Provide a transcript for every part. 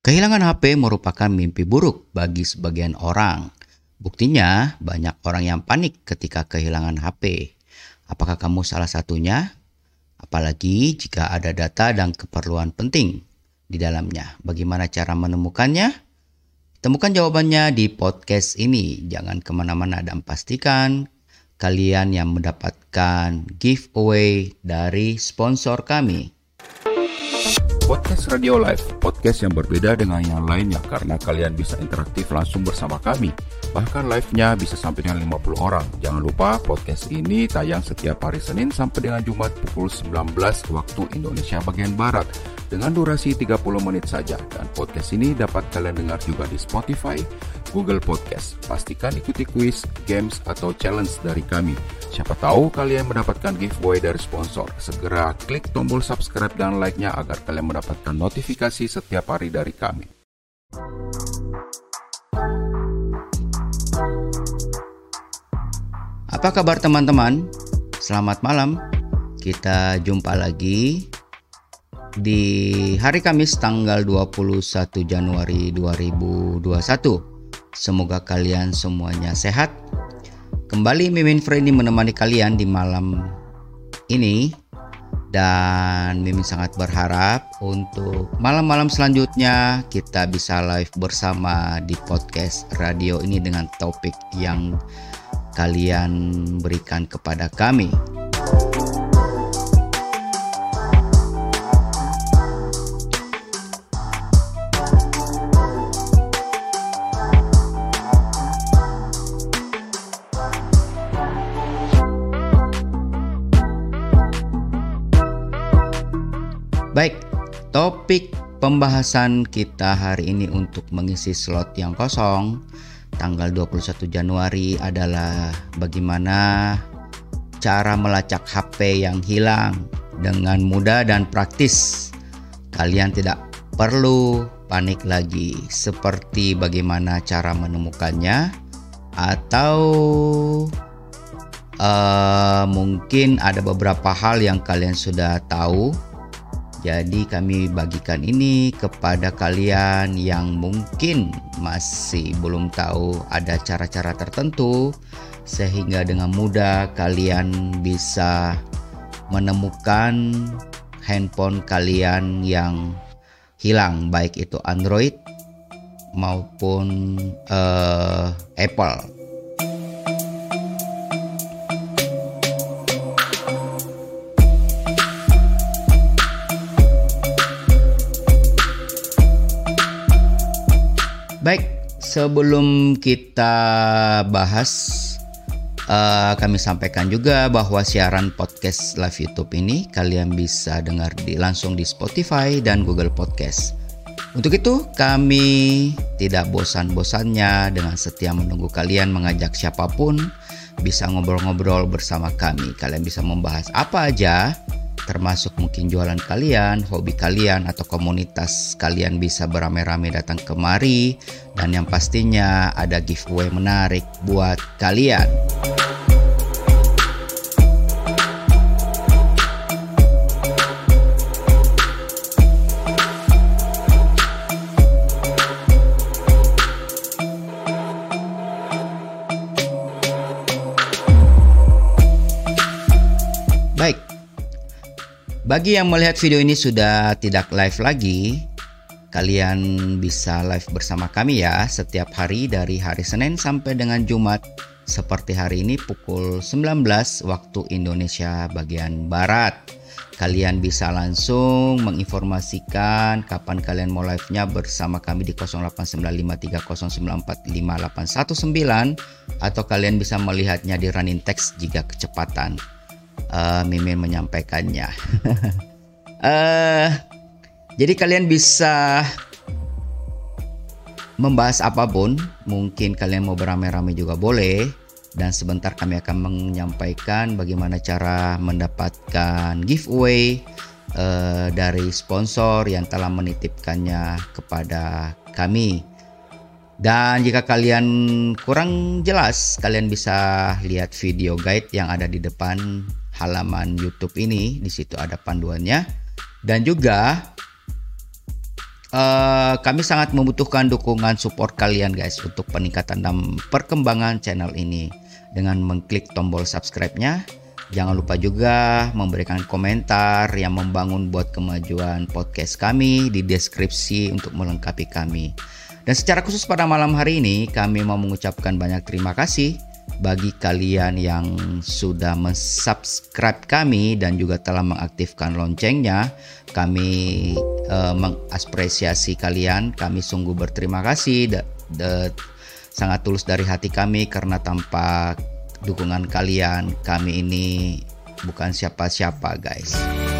Kehilangan HP merupakan mimpi buruk bagi sebagian orang. Buktinya, banyak orang yang panik ketika kehilangan HP. Apakah kamu salah satunya? Apalagi jika ada data dan keperluan penting di dalamnya. Bagaimana cara menemukannya? Temukan jawabannya di podcast ini. Jangan kemana-mana dan pastikan kalian yang mendapatkan giveaway dari sponsor kami. Podcast Radio Live, podcast yang berbeda dengan yang lainnya karena kalian bisa interaktif langsung bersama kami. Bahkan live-nya bisa sampai dengan 50 orang. Jangan lupa podcast ini tayang setiap hari Senin sampai dengan Jumat pukul 19 waktu Indonesia bagian Barat dengan durasi 30 menit saja. Dan podcast ini dapat kalian dengar juga di Spotify, Google Podcast. Pastikan ikuti kuis, games, atau challenge dari kami. Siapa tahu kalian mendapatkan giveaway dari sponsor. Segera klik tombol subscribe dan like-nya agar kalian mendapatkan notifikasi setiap hari dari kami. Apa kabar teman-teman? Selamat malam. Kita jumpa lagi di hari Kamis tanggal 21 Januari 2021. Semoga kalian semuanya sehat. Kembali Mimin Freddy menemani kalian di malam ini. Dan Mimin sangat berharap untuk malam-malam selanjutnya kita bisa live bersama di podcast radio ini dengan topik yang kalian berikan kepada kami. Baik, topik pembahasan kita hari ini untuk mengisi slot yang kosong tanggal 21 Januari adalah bagaimana cara melacak HP yang hilang dengan mudah dan praktis. Kalian tidak perlu panik lagi, seperti bagaimana cara menemukannya atau mungkin ada beberapa hal yang kalian sudah tahu. Jadi kami bagikan ini kepada kalian yang mungkin masih belum tahu ada cara-cara tertentu sehingga dengan mudah kalian bisa menemukan handphone kalian yang hilang, baik itu Android maupun Apple. Baik, sebelum kita bahas, kami sampaikan juga bahwa siaran podcast live YouTube ini kalian bisa dengar langsung di Spotify dan Google Podcast. Untuk itu, kami tidak bosan-bosannya dengan setia menunggu kalian mengajak siapapun bisa ngobrol-ngobrol bersama kami. Kalian bisa membahas apa aja, termasuk mungkin jualan kalian, hobi kalian, atau komunitas kalian bisa beramai-ramai datang kemari. Dan yang pastinya ada giveaway menarik buat kalian. Baik. Bagi yang melihat video ini sudah tidak live lagi, kalian bisa live bersama kami ya setiap hari dari hari Senin sampai dengan Jumat seperti hari ini pukul 19 waktu Indonesia bagian Barat. Kalian bisa langsung menginformasikan kapan kalian mau live-nya bersama kami di 089530945819 atau kalian bisa melihatnya di running text jika kecepatan Mimin menyampaikannya. Jadi kalian bisa membahas apapun, mungkin kalian mau beramai-ramai juga boleh. Dan sebentar kami akan menyampaikan bagaimana cara mendapatkan giveaway dari sponsor yang telah menitipkannya kepada kami. Dan jika kalian kurang jelas, kalian bisa lihat video guide yang ada di depan halaman YouTube ini. Di situ ada panduannya. Dan juga kami sangat membutuhkan dukungan support kalian guys untuk peningkatan dan perkembangan channel ini dengan mengklik tombol subscribe-nya. Jangan lupa juga memberikan komentar yang membangun buat kemajuan podcast kami di deskripsi untuk melengkapi kami. Dan secara khusus pada malam hari ini kami mau mengucapkan banyak terima kasih bagi kalian yang sudah mensubscribe kami dan juga telah mengaktifkan loncengnya. Kami mengapresiasi kalian. Kami sungguh berterima kasih, sangat tulus dari hati kami, karena tanpa dukungan kalian kami ini bukan siapa-siapa guys.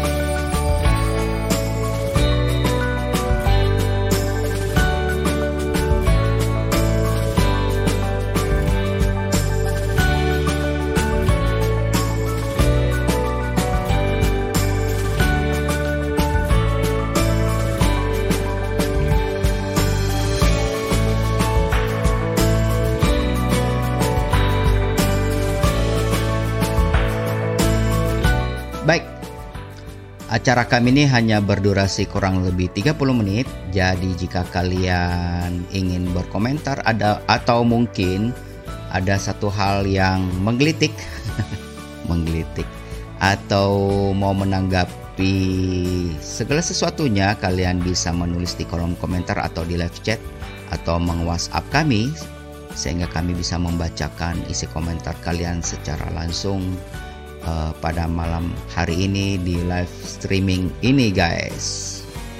Baik, acara kami ini hanya berdurasi kurang lebih 30 menit. Jadi jika kalian ingin berkomentar atau mungkin ada satu hal yang menggelitik atau mau menanggapi segala sesuatunya, kalian bisa menulis di kolom komentar atau di live chat atau meng-WhatsApp kami sehingga kami bisa membacakan isi komentar kalian secara langsung pada malam hari ini di live streaming ini guys.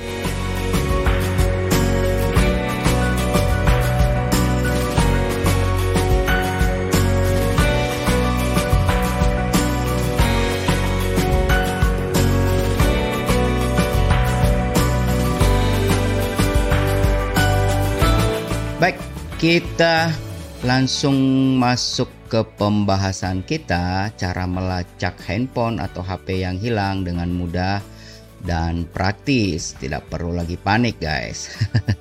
Baik, kita langsung masuk ke pembahasan kita, cara melacak handphone atau HP yang hilang dengan mudah dan praktis. Tidak perlu lagi panik guys.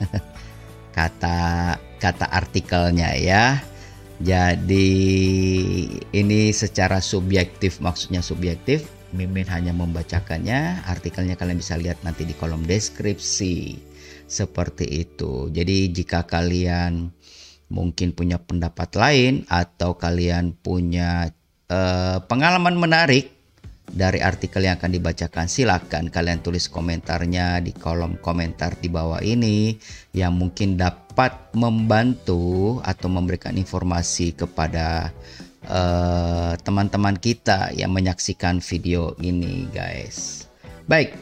kata artikelnya ya. Jadi ini secara subjektif, maksudnya subjektif. Mimin hanya membacakannya. Artikelnya kalian bisa lihat nanti di kolom deskripsi. Seperti itu. Jadi jika kalian mungkin punya pendapat lain atau kalian punya pengalaman menarik dari artikel yang akan dibacakan, silakan kalian tulis komentarnya di kolom komentar di bawah ini yang mungkin dapat membantu atau memberikan informasi kepada teman-teman kita yang menyaksikan video ini guys. Baik,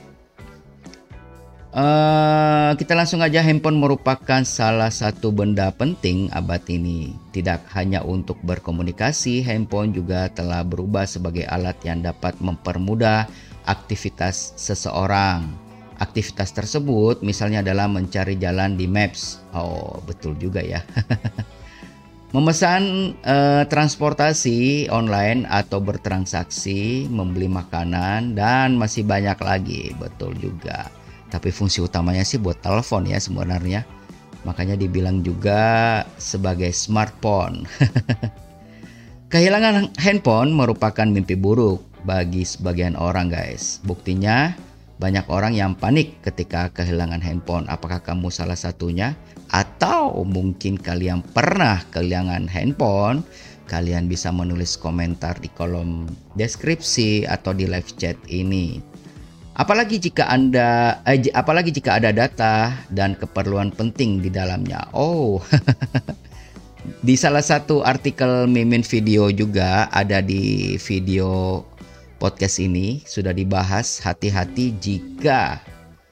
kita langsung aja. Handphone merupakan salah satu benda penting abad ini. Tidak hanya untuk berkomunikasi, handphone juga telah berubah sebagai alat yang dapat mempermudah aktivitas seseorang. Aktivitas tersebut misalnya adalah mencari jalan di Maps. Oh, betul juga ya. Memesan transportasi online atau bertransaksi, membeli makanan, dan masih banyak lagi. Betul juga. Tapi fungsi utamanya sih buat telepon ya sebenarnya. Makanya dibilang juga sebagai smartphone. Kehilangan handphone merupakan mimpi buruk bagi sebagian orang guys. Buktinya banyak orang yang panik ketika kehilangan handphone. Apakah kamu salah satunya? Atau mungkin kalian pernah kehilangan handphone? Kalian bisa menulis komentar di kolom deskripsi atau di live chat ini. Apalagi jika ada data dan keperluan penting di dalamnya. Oh, di salah satu artikel Mimin video juga ada di video podcast ini sudah dibahas, hati-hati jika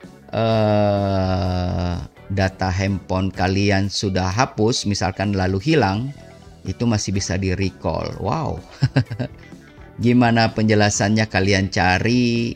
data handphone kalian sudah hapus, misalkan lalu hilang, itu masih bisa di recall. Wow, gimana penjelasannya? Kalian cari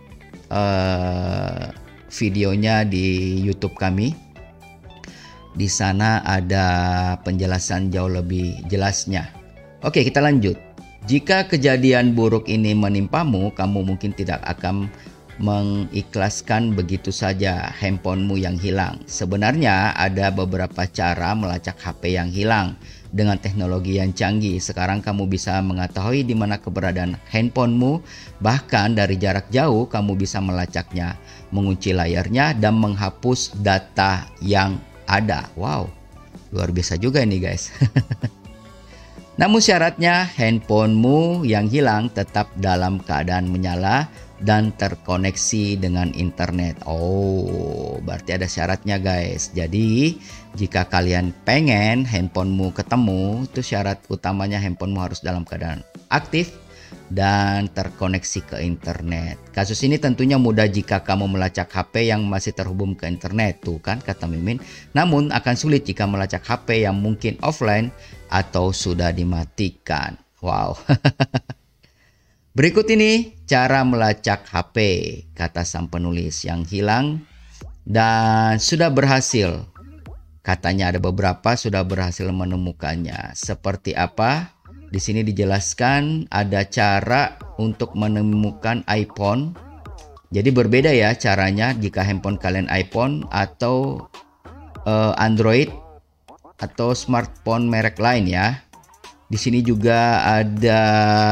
videonya di YouTube kami. Di sana ada penjelasan jauh lebih jelasnya. Oke, kita lanjut. Jika kejadian buruk ini menimpamu, kamu mungkin tidak akan mengikhlaskan begitu saja handphonemu yang hilang. Sebenarnya ada beberapa cara melacak HP yang hilang. dengan teknologi yang canggih. Sekarang kamu bisa mengetahui di mana keberadaan handphonemu, bahkan dari jarak jauh kamu bisa melacaknya, mengunci layarnya, dan menghapus data yang ada. Wow, luar biasa juga ini guys. Namun syaratnya handphonemu yang hilang tetap dalam keadaan menyala dan terkoneksi dengan internet. Oh, berarti ada syaratnya guys. Jadi jika kalian pengen handphonemu ketemu, itu syarat utamanya handphonemu harus dalam keadaan aktif dan terkoneksi ke internet. Kasus ini tentunya mudah jika kamu melacak HP yang masih terhubung ke internet, tuh kan kata Mimin. Namun akan sulit jika melacak HP yang mungkin offline atau sudah dimatikan. Wow. Berikut ini cara melacak HP, kata sang penulis yang hilang dan sudah berhasil. Katanya ada beberapa sudah berhasil menemukannya. Seperti apa? Di sini dijelaskan ada cara untuk menemukan iPhone. Jadi berbeda ya caranya jika handphone kalian iPhone atau Android atau smartphone merek lain ya. Di sini juga ada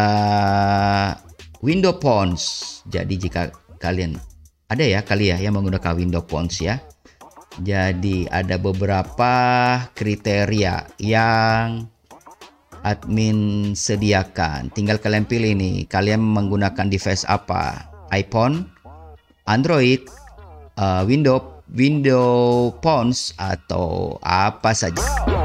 Windows Phone. Jadi jika kalian ada ya kali ya yang menggunakan Windows Phone ya. Jadi ada beberapa kriteria yang admin sediakan. Tinggal kalian pilih nih, kalian menggunakan device apa? iPhone, Android, Windows Phone atau apa saja.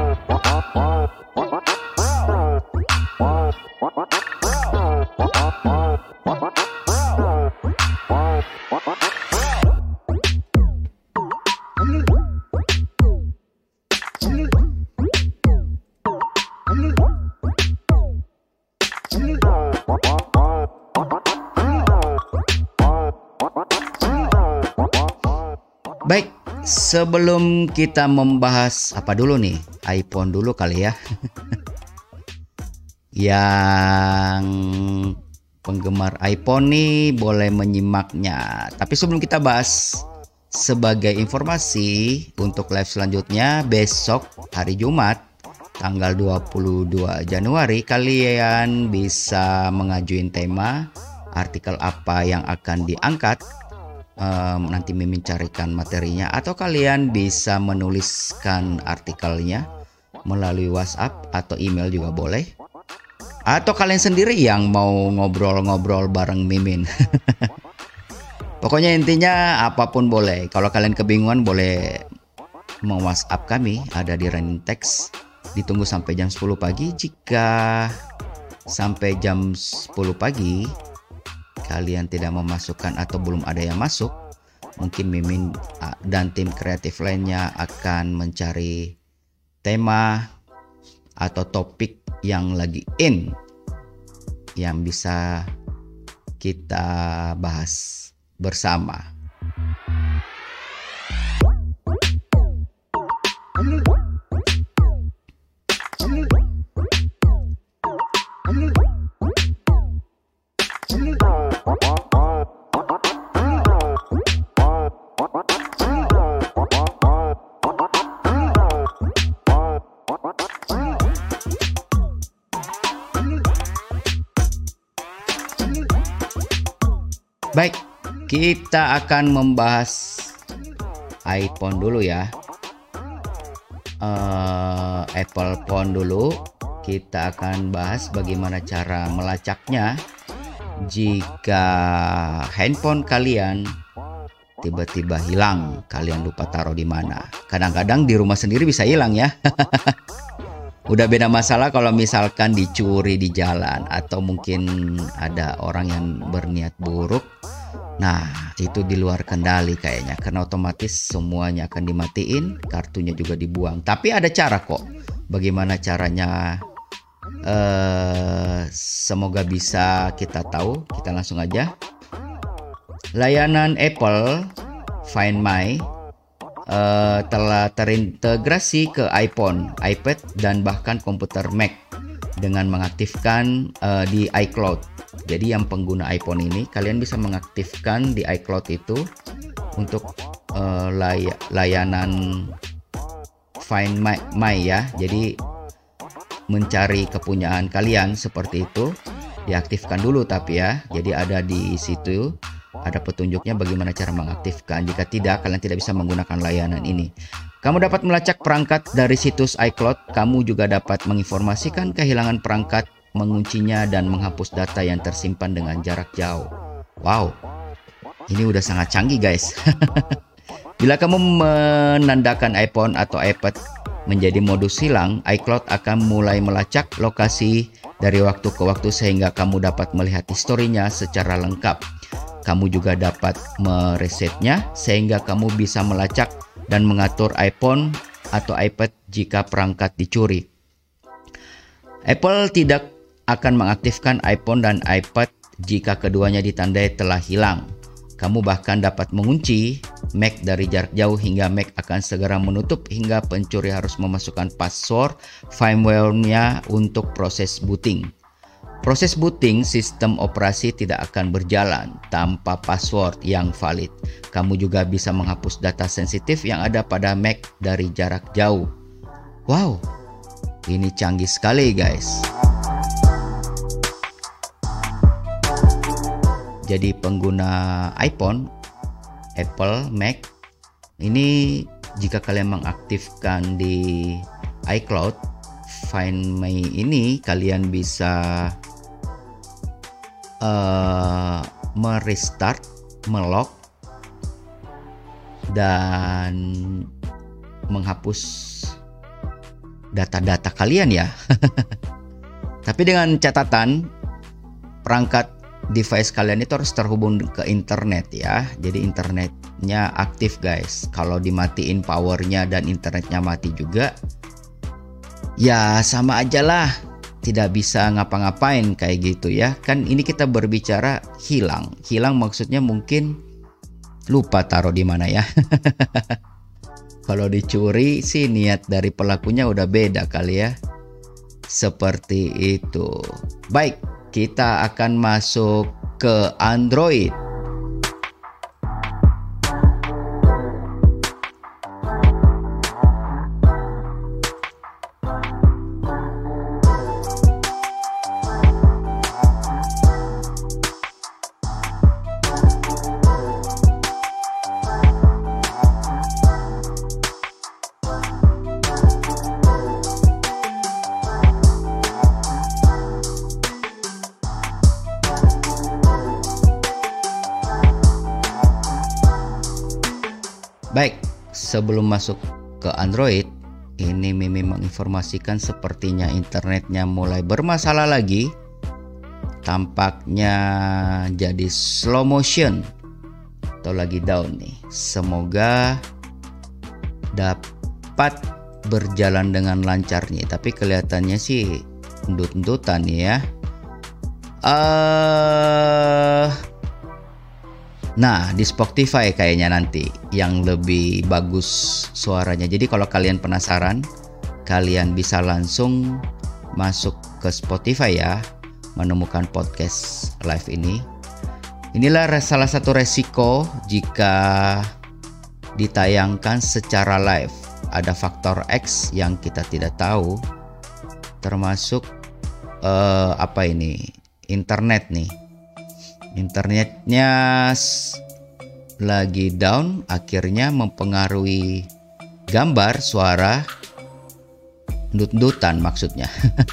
Baik, sebelum kita membahas apa dulu nih? iPhone dulu kali ya. Yang penggemar iPhone nih boleh menyimaknya. Tapi sebelum kita bahas, sebagai informasi untuk live selanjutnya besok hari Jumat tanggal 22 Januari kalian bisa mengajuin tema artikel apa yang akan diangkat. Nanti Mimin carikan materinya atau kalian bisa menuliskan artikelnya melalui WhatsApp atau email juga boleh, atau kalian sendiri yang mau ngobrol-ngobrol bareng Mimin. Pokoknya intinya apapun boleh. Kalau kalian kebingungan boleh WhatsApp kami, ada di running text. Ditunggu sampai jam 10 pagi. Jika sampai jam 10 pagi kalian tidak memasukkan atau belum ada yang masuk, mungkin Mimin dan tim kreatif lainnya akan mencari tema atau topik yang lagi in yang bisa kita bahas bersama. Baik, kita akan membahas iPhone dulu ya. Apple Phone dulu. Kita akan bahas bagaimana cara melacaknya jika handphone kalian tiba-tiba hilang, kalian lupa taruh di mana. Kadang-kadang di rumah sendiri bisa hilang ya. Udah beda masalah kalau misalkan dicuri di jalan atau mungkin ada orang yang berniat buruk. Nah, itu di luar kendali kayaknya karena otomatis semuanya akan dimatiin, kartunya juga dibuang. Tapi ada cara kok. Bagaimana caranya? Semoga bisa kita tahu. Kita langsung aja. Layanan Apple Find My telah terintegrasi ke iPhone, iPad, dan bahkan komputer Mac dengan mengaktifkan di iCloud. Jadi yang pengguna iPhone ini, kalian bisa mengaktifkan di iCloud itu untuk layanan Find My ya. Jadi mencari kepunyaan kalian seperti itu, diaktifkan dulu tapi ya. Jadi ada di situ ada petunjuknya bagaimana cara mengaktifkan. Jika tidak, kalian tidak bisa menggunakan layanan ini. Kamu dapat melacak perangkat dari situs iCloud. Kamu juga dapat menginformasikan kehilangan perangkat, menguncinya, dan menghapus data yang tersimpan dengan jarak jauh. Wow, ini udah sangat canggih guys. Bila kamu menandakan iPhone atau iPad menjadi modus hilang, iCloud akan mulai melacak lokasi dari waktu ke waktu sehingga kamu dapat melihat historinya secara lengkap. Kamu juga dapat meresetnya sehingga kamu bisa melacak dan mengatur iPhone atau iPad jika perangkat dicuri. Apple tidak akan mengaktifkan iPhone dan iPad jika keduanya ditandai telah hilang. Kamu bahkan dapat mengunci Mac dari jarak jauh hingga Mac akan segera menutup hingga pencuri harus memasukkan password firmware-nya untuk proses booting. Proses booting sistem operasi tidak akan berjalan tanpa password yang valid. Kamu juga bisa menghapus data sensitif yang ada pada Mac dari jarak jauh. Wow, ini canggih sekali guys. Jadi pengguna iPhone, Apple, Mac, ini jika kalian mengaktifkan di iCloud, Find My ini kalian bisa merestart, melock, dan menghapus data-data kalian ya. Tapi dengan catatan, perangkat device kalian itu harus terhubung ke internet ya. Jadi internetnya aktif guys. Kalau dimatiin powernya dan internetnya mati juga, ya sama aja lah, tidak bisa ngapa-ngapain kayak gitu ya. Kan ini kita berbicara hilang. Hilang maksudnya mungkin lupa taruh di mana ya. Kalau dicuri sih niat dari pelakunya udah beda kali ya. Seperti itu. Baik, kita akan masuk ke Android. Baik, sebelum masuk ke Android, ini Mimi menginformasikan sepertinya internetnya mulai bermasalah lagi. Tampaknya jadi slow motion atau lagi down nih. Semoga dapat berjalan dengan lancar nih. Tapi kelihatannya sih endut-endutan nih ya. Nah, di Spotify kayaknya nanti yang lebih bagus suaranya. Jadi kalau kalian penasaran, kalian bisa langsung masuk ke Spotify ya, menemukan podcast live ini. Inilah salah satu resiko jika ditayangkan secara live. Ada faktor X yang kita tidak tahu, termasuk internet nih. Internetnya lagi down, akhirnya mempengaruhi gambar, suara, endut-endutan maksudnya.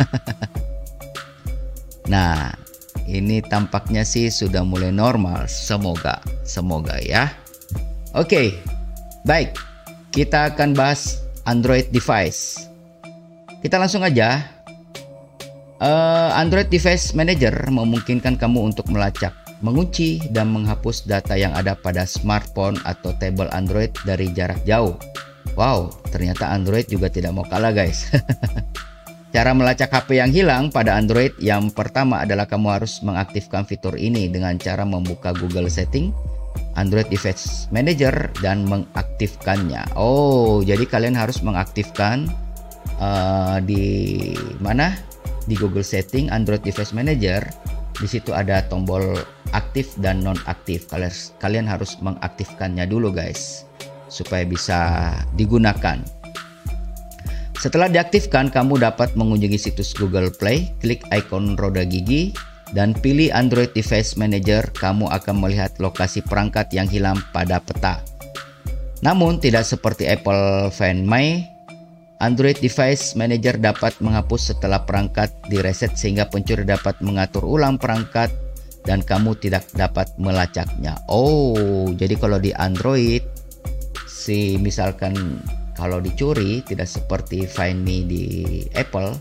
Nah, ini tampaknya sih sudah mulai normal. Semoga ya. Oke, baik. Kita akan bahas Android device. Kita langsung aja. Android Device Manager memungkinkan kamu untuk melacak, mengunci, dan menghapus data yang ada pada smartphone atau tablet Android dari jarak jauh. Wow, ternyata Android juga tidak mau kalah guys. Cara melacak HP yang hilang pada Android, yang pertama adalah kamu harus mengaktifkan fitur ini dengan cara membuka Google Setting, Android Device Manager, dan mengaktifkannya. Oh, jadi kalian harus mengaktifkan di mana? Di Google Setting, Android Device Manager. Di situ ada tombol aktif dan non-aktif. Kalian harus mengaktifkannya dulu guys, supaya bisa digunakan. Setelah diaktifkan, kamu dapat mengunjungi situs Google Play, klik ikon roda gigi, dan pilih Android Device Manager. Kamu akan melihat lokasi perangkat yang hilang pada peta. Namun, tidak seperti Apple Find My, Android Device Manager dapat menghapus setelah perangkat direset sehingga pencuri dapat mengatur ulang perangkat dan kamu tidak dapat melacaknya. Oh, jadi kalau di Android, misalkan kalau dicuri tidak seperti Find Me di Apple,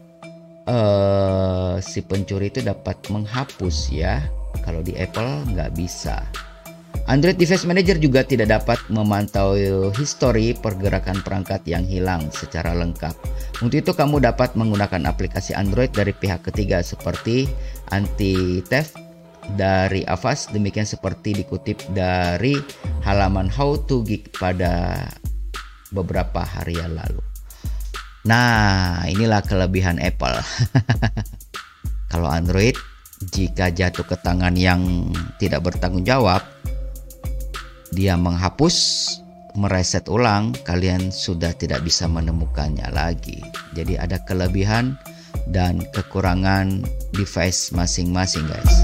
si pencuri itu dapat menghapus ya. Kalau di Apple nggak bisa. Android Device Manager juga tidak dapat memantau histori pergerakan perangkat yang hilang secara lengkap. Untuk itu kamu dapat menggunakan aplikasi Android dari pihak ketiga seperti anti-theft dari Avast. Demikian seperti dikutip dari halaman How to Geek pada beberapa hari yang lalu. Nah, inilah kelebihan Apple. Kalau Android, jika jatuh ke tangan yang tidak bertanggung jawab, dia menghapus, mereset ulang, kalian sudah tidak bisa menemukannya lagi. Jadi ada kelebihan dan kekurangan device masing-masing, guys.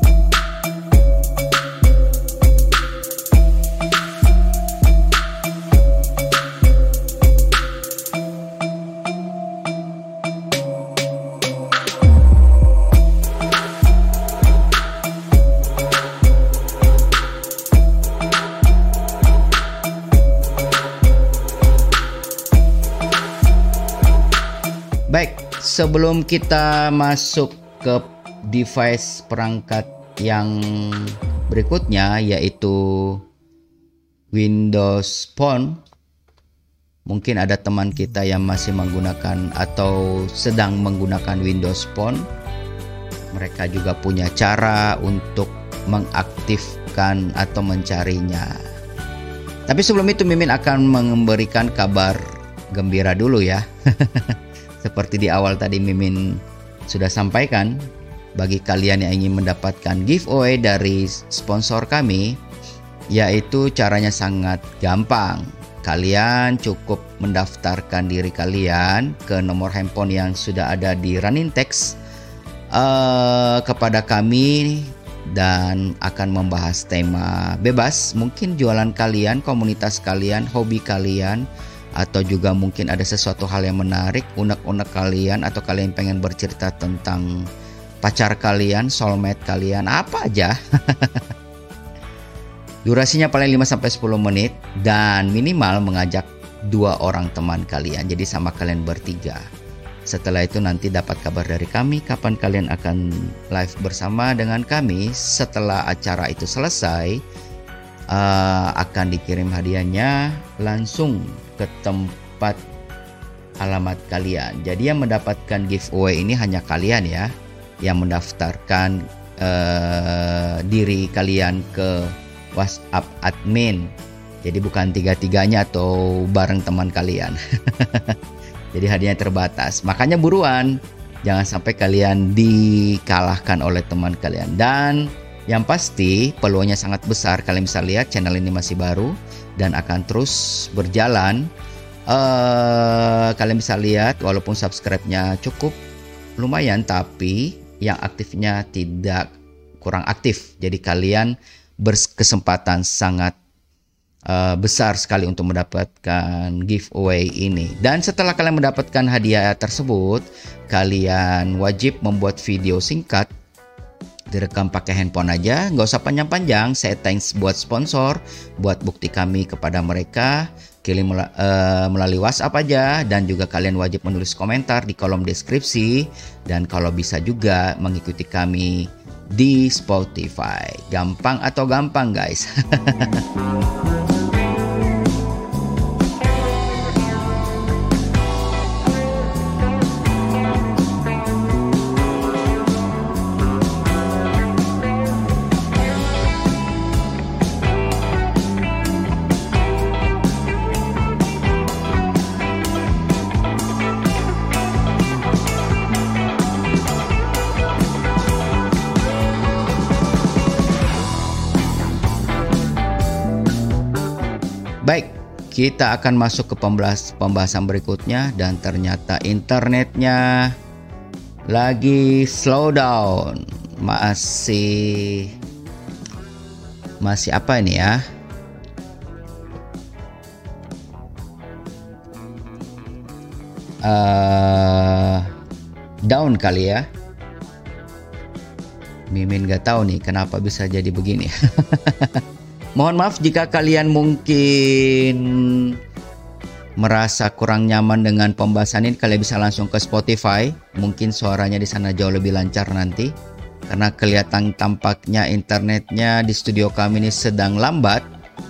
Baik, sebelum kita masuk ke device perangkat yang berikutnya, yaitu Windows Phone. Mungkin ada teman kita yang masih menggunakan atau sedang menggunakan Windows Phone. Mereka juga punya cara untuk mengaktifkan atau mencarinya. Tapi sebelum itu Mimin akan memberikan kabar gembira dulu ya. Seperti di awal tadi Mimin sudah sampaikan, bagi kalian yang ingin mendapatkan giveaway dari sponsor kami, yaitu caranya sangat gampang. Kalian cukup mendaftarkan diri kalian ke nomor handphone yang sudah ada di running text kepada kami dan akan membahas tema bebas. Mungkin jualan kalian, komunitas kalian, hobi kalian, atau juga mungkin ada sesuatu hal yang menarik, unek-unek kalian, atau kalian pengen bercerita tentang pacar kalian, soulmate kalian, apa aja. Durasinya paling 5-10 menit dan minimal mengajak 2 orang teman kalian. Jadi sama kalian bertiga. Setelah itu nanti dapat kabar dari kami kapan kalian akan live bersama dengan kami. Setelah acara itu selesai, akan dikirim hadiahnya langsung ke tempat alamat kalian. Jadi yang mendapatkan giveaway ini hanya kalian ya, yang mendaftarkan diri kalian ke WhatsApp admin. Jadi bukan tiga-tiganya atau bareng teman kalian. Jadi hadiahnya terbatas. Makanya buruan, jangan sampai kalian dikalahkan oleh teman kalian. Dan yang pasti peluangnya sangat besar. Kalian bisa lihat channel ini masih baru dan akan terus berjalan. Kalian bisa lihat walaupun subscribe-nya cukup lumayan, tapi yang aktifnya tidak kurang aktif. Jadi kalian berkesempatan sangat besar sekali untuk mendapatkan giveaway ini. Dan setelah kalian mendapatkan hadiah tersebut, kalian wajib membuat video singkat, direkam pakai handphone aja, nggak usah panjang-panjang. Saya thanks buat sponsor, buat bukti kami kepada mereka, kirim melalui WhatsApp aja. Dan juga kalian wajib menulis komentar di kolom deskripsi, dan kalau bisa juga mengikuti kami di Spotify. Gampang atau gampang, guys? Kita akan masuk ke pembahasan berikutnya dan ternyata internetnya lagi slow down. Masih apa ini ya? Down kali ya. Mimin gak tahu nih kenapa bisa jadi begini. Mohon maaf jika kalian mungkin merasa kurang nyaman dengan pembahasan ini, kalian bisa langsung ke Spotify. Mungkin suaranya di sana jauh lebih lancar nanti. Karena kelihatan tampaknya internetnya di studio kami ini sedang lambat.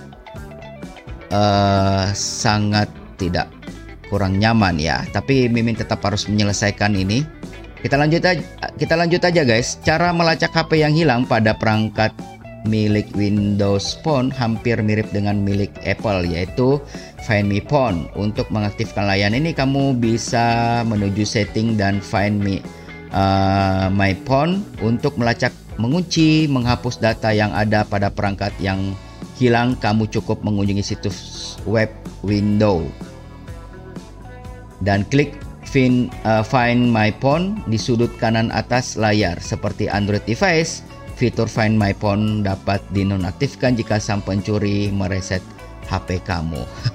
Sangat tidak kurang nyaman ya. Tapi Mimin tetap harus menyelesaikan ini. Kita lanjut aja guys. Cara melacak HP yang hilang pada perangkat milik Windows Phone hampir mirip dengan milik Apple, yaitu Find My Phone. Untuk mengaktifkan layanan ini kamu bisa menuju setting dan Find My Phone untuk melacak, mengunci, menghapus data yang ada pada perangkat yang hilang. Kamu cukup mengunjungi situs web Windows dan klik Find My Phone di sudut kanan atas layar. Seperti Android device, fitur Find My Phone dapat dinonaktifkan jika sang pencuri mereset HP kamu.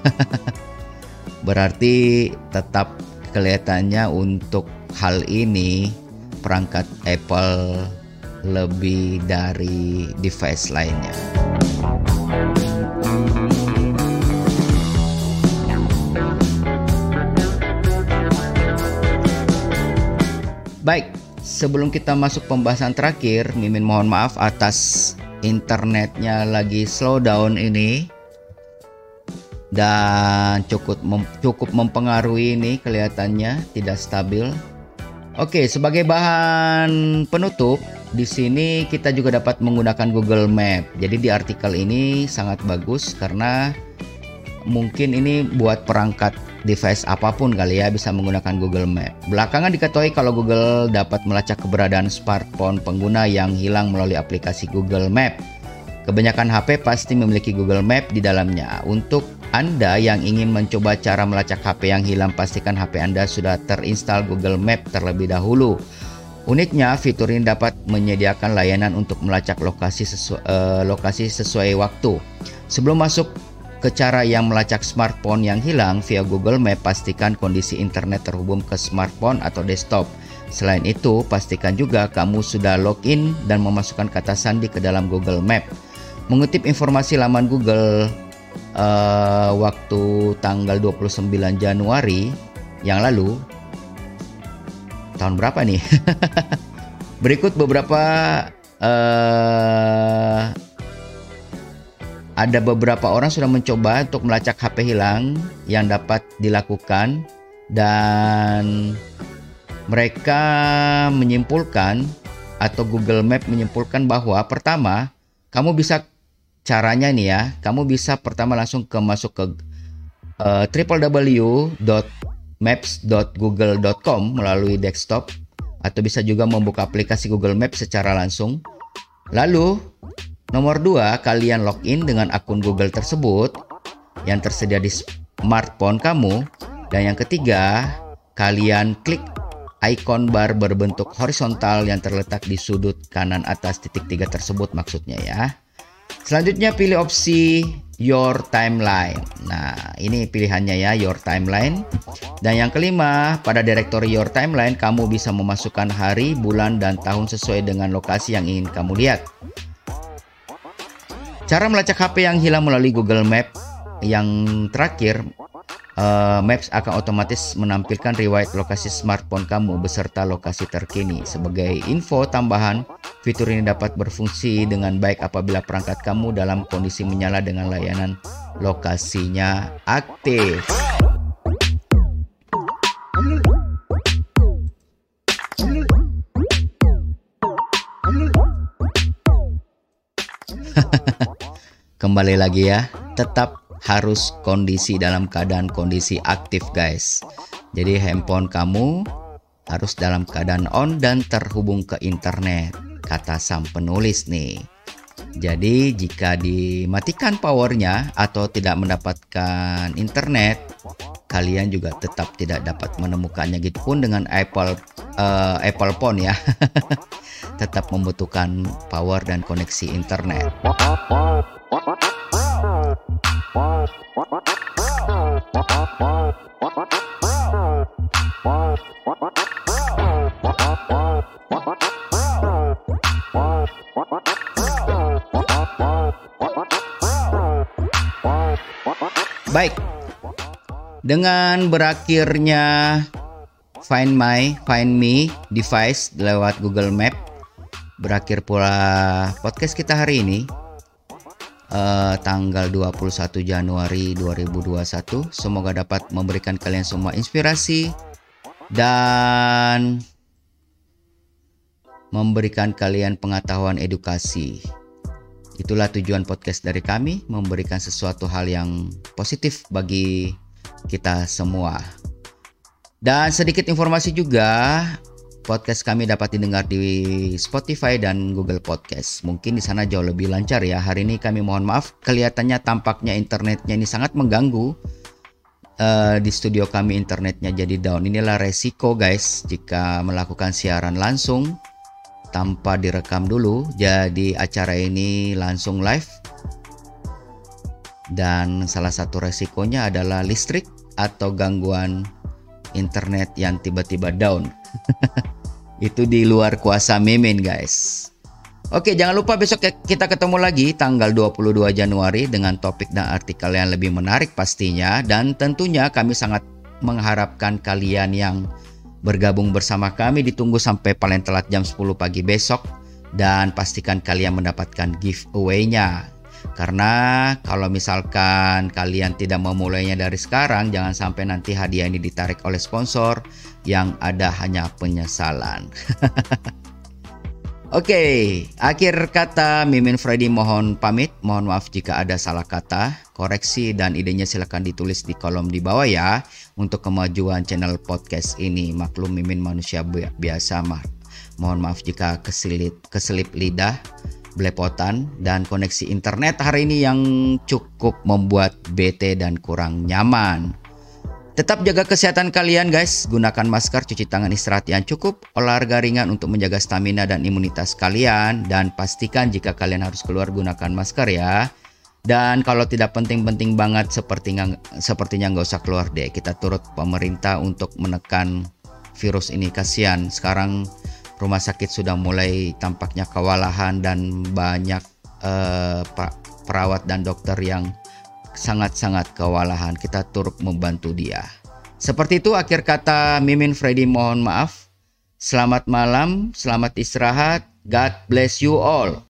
Berarti tetap kelihatannya untuk hal ini perangkat Apple lebih dari device lainnya. Baik, sebelum kita masuk pembahasan terakhir, Mimin mohon maaf atas internetnya lagi slow down ini dan cukup mempengaruhi ini, kelihatannya tidak stabil. Oke, sebagai bahan penutup, di sini kita juga dapat menggunakan Google Map. Jadi di artikel ini sangat bagus karena mungkin ini buat perangkat device apapun kali ya, bisa menggunakan Google Map. Belakangan diketahui kalau Google dapat melacak keberadaan smartphone pengguna yang hilang melalui aplikasi Google Map. Kebanyakan HP pasti memiliki Google Map di dalamnya. Untuk Anda yang ingin mencoba cara melacak HP yang hilang, pastikan HP Anda sudah terinstall Google Map terlebih dahulu. Uniknya, fitur ini dapat menyediakan layanan untuk melacak lokasi sesuai waktu. Sebelum masuk ke cara yang melacak smartphone yang hilang via Google Map, pastikan kondisi internet terhubung ke smartphone atau desktop. Selain itu, pastikan juga kamu sudah login dan memasukkan kata sandi ke dalam Google Map. Mengutip informasi laman Google waktu tanggal 29 Januari yang lalu, tahun berapa nih? Berikut beberapa ada beberapa orang sudah mencoba untuk melacak HP hilang yang dapat dilakukan, dan mereka menyimpulkan atau Google Map menyimpulkan bahwa pertama, kamu bisa caranya nih ya, kamu bisa pertama langsung masuk ke www.maps.google.com melalui desktop, atau bisa juga membuka aplikasi Google Maps secara langsung. Lalu nomor 2, kalian login dengan akun Google tersebut yang tersedia di smartphone kamu. Dan yang ketiga, kalian klik ikon bar berbentuk horizontal yang terletak di sudut kanan atas titik 3 tersebut maksudnya ya. Selanjutnya pilih opsi Your Timeline. Nah, ini pilihannya ya, Your Timeline. Dan yang kelima, pada direktori Your Timeline kamu bisa memasukkan hari, bulan, dan tahun sesuai dengan lokasi yang ingin kamu lihat. Cara melacak HP yang hilang melalui Google Map. Yang terakhir, Maps akan otomatis menampilkan riwayat lokasi smartphone kamu beserta lokasi terkini. Sebagai info tambahan, fitur ini dapat berfungsi dengan baik apabila perangkat kamu dalam kondisi menyala dengan layanan lokasinya aktif. Kembali lagi ya, tetap harus dalam keadaan kondisi aktif guys. Jadi handphone kamu harus dalam keadaan on dan terhubung ke internet, kata sang penulis nih. Jadi jika dimatikan powernya atau tidak mendapatkan internet, kalian juga tetap tidak dapat menemukannya. Gitu pun dengan Apple phone ya. Tetap membutuhkan power dan koneksi internet. Baik, dengan berakhirnya Find Me device lewat Google Map, berakhir pula podcast kita hari ini, tanggal 21 Januari 2021. Semoga dapat memberikan kalian semua inspirasi dan memberikan kalian pengetahuan edukasi. Itulah tujuan podcast dari kami, memberikan sesuatu hal yang positif bagi kita semua. Dan sedikit informasi juga, podcast kami dapat didengar di Spotify dan Google Podcast. Mungkin di sana jauh lebih lancar ya. Hari ini kami mohon maaf, kelihatannya tampaknya internetnya ini sangat mengganggu. Di studio kami internetnya jadi down. Inilah resiko guys jika melakukan siaran langsung tanpa direkam dulu. Jadi acara ini langsung live. Dan salah satu resikonya adalah listrik atau gangguan internet yang tiba-tiba down. Itu di luar kuasa Mimin guys. Oke, jangan lupa besok kita ketemu lagi tanggal 22 Januari dengan topik dan artikel yang lebih menarik pastinya. Dan tentunya kami sangat mengharapkan kalian yang bergabung bersama kami. Ditunggu sampai paling telat jam 10 pagi besok. Dan pastikan kalian mendapatkan giveaway-nya. Karena kalau misalkan kalian tidak memulainya dari sekarang, jangan sampai nanti hadiah ini ditarik oleh sponsor yang ada hanya penyesalan. Oke, akhir kata Mimin Freddy mohon pamit. Mohon maaf jika ada salah kata, koreksi dan idenya silakan ditulis di kolom di bawah ya. Untuk kemajuan channel podcast ini, maklum Mimin manusia biasa mah. Mohon maaf jika keselip lidah, belepotan, dan koneksi internet hari ini yang cukup membuat bete dan kurang nyaman. Tetap jaga kesehatan kalian guys, gunakan masker, cuci tangan, istirahat yang cukup, olahraga ringan untuk menjaga stamina dan imunitas kalian, dan pastikan jika kalian harus keluar gunakan masker ya. Dan kalau tidak penting-penting banget sepertinya nggak usah keluar deh. Kita turut pemerintah untuk menekan virus ini, kasihan. Sekarang rumah sakit sudah mulai tampaknya kewalahan dan banyak perawat dan dokter yang sangat-sangat kewalahan. Kita turut membantu dia. Seperti itu akhir kata Mimin Freddy mohon maaf. Selamat malam, selamat istirahat. God bless you all.